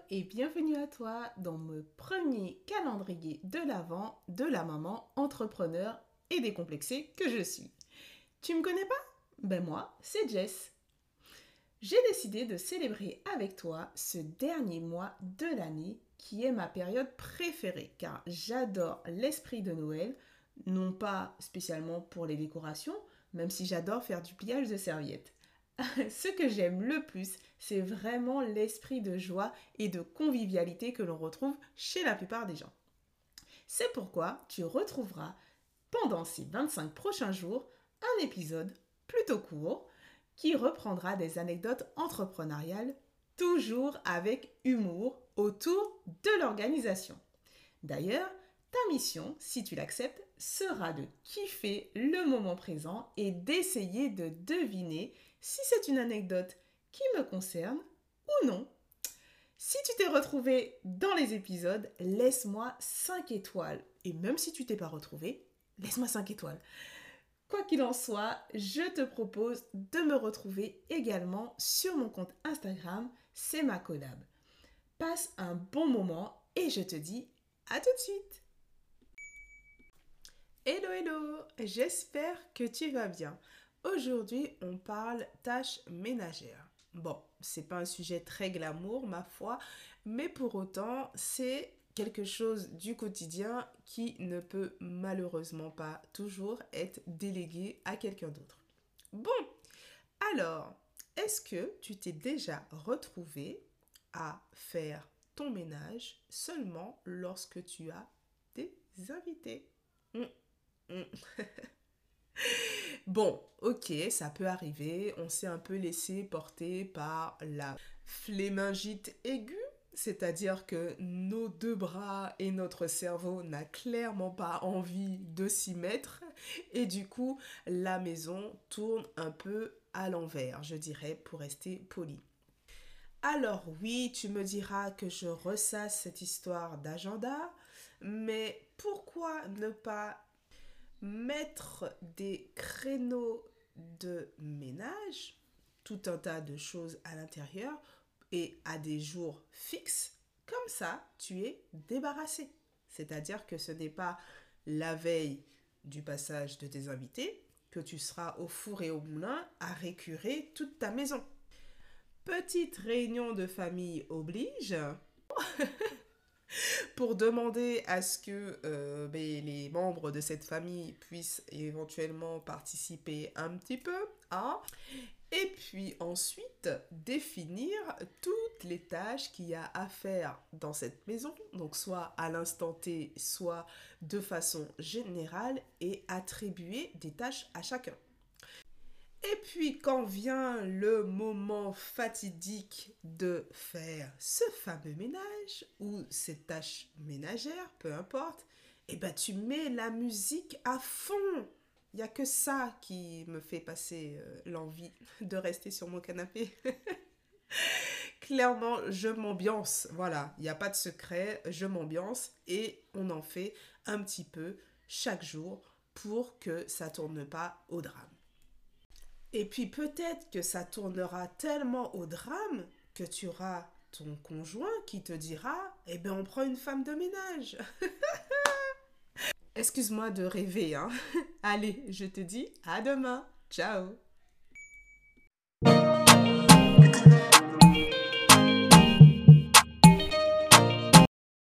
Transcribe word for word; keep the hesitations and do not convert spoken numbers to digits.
et bienvenue à toi dans le premier calendrier de l'Avent de la maman entrepreneur et décomplexée que je suis. Tu me connais pas? Ben moi, c'est Jess. J'ai décidé de célébrer avec toi ce dernier mois de l'année qui est ma période préférée car j'adore l'esprit de Noël, non pas spécialement pour les décorations, même si j'adore faire du pliage de serviettes. Ce que j'aime le plus, c'est vraiment l'esprit de joie et de convivialité que l'on retrouve chez la plupart des gens. C'est pourquoi tu retrouveras pendant ces vingt-cinq prochains jours un épisode plutôt court qui reprendra des anecdotes entrepreneuriales, toujours avec humour, autour de l'organisation. D'ailleurs, ta mission, si tu l'acceptes, sera de kiffer le moment présent et d'essayer de deviner si c'est une anecdote qui me concerne ou non. Si tu t'es retrouvé dans les épisodes, laisse-moi cinq étoiles. Et même si tu t'es pas retrouvé, laisse-moi cinq étoiles. Quoi qu'il en soit, je te propose de me retrouver également sur mon compte Instagram, c'est ma collab. Passe un bon moment et je te dis à tout de suite. Hello hello, j'espère que tu vas bien. Aujourd'hui, on parle tâches ménagères. Bon, c'est pas un sujet très glamour, ma foi, mais pour autant, c'est quelque chose du quotidien qui ne peut malheureusement pas toujours être délégué à quelqu'un d'autre. Bon, alors, est-ce que tu t'es déjà retrouvé à faire ton ménage seulement lorsque tu as des invités? Mmh, mmh. Bon, ok, ça peut arriver, on s'est un peu laissé porter par la flémingite aiguë, c'est-à-dire que nos deux bras et notre cerveau n'a clairement pas envie de s'y mettre et du coup, la maison tourne un peu à l'envers, je dirais, pour rester poli. Alors oui, tu me diras que je ressasse cette histoire d'agenda, mais pourquoi ne pas mettre des créneaux de ménage, tout un tas de choses à l'intérieur et à des jours fixes, comme ça tu es débarrassé. C'est-à-dire que ce n'est pas la veille du passage de tes invités que tu seras au four et au moulin à récurer toute ta maison. Petite réunion de famille oblige. Pour demander à ce que euh, ben, les membres de cette famille puissent éventuellement participer un petit peu, hein? Et puis ensuite définir toutes les tâches qu'il y a à faire dans cette maison, donc soit à l'instant T, soit de façon générale, et attribuer des tâches à chacun. Et puis quand vient le moment fatidique de faire ce fameux ménage ou cette tâche ménagère, peu importe, et ben tu mets la musique à fond. Il n'y a que ça qui me fait passer euh, l'envie de rester sur mon canapé. Clairement, je m'ambiance. Voilà, il n'y a pas de secret, je m'ambiance et on en fait un petit peu chaque jour pour que ça ne tourne pas au drame. Et puis peut-être que ça tournera tellement au drame que tu auras ton conjoint qui te dira « Eh bien, on prend une femme de ménage !» Excuse-moi de rêver, hein. Allez, je te dis à demain. Ciao.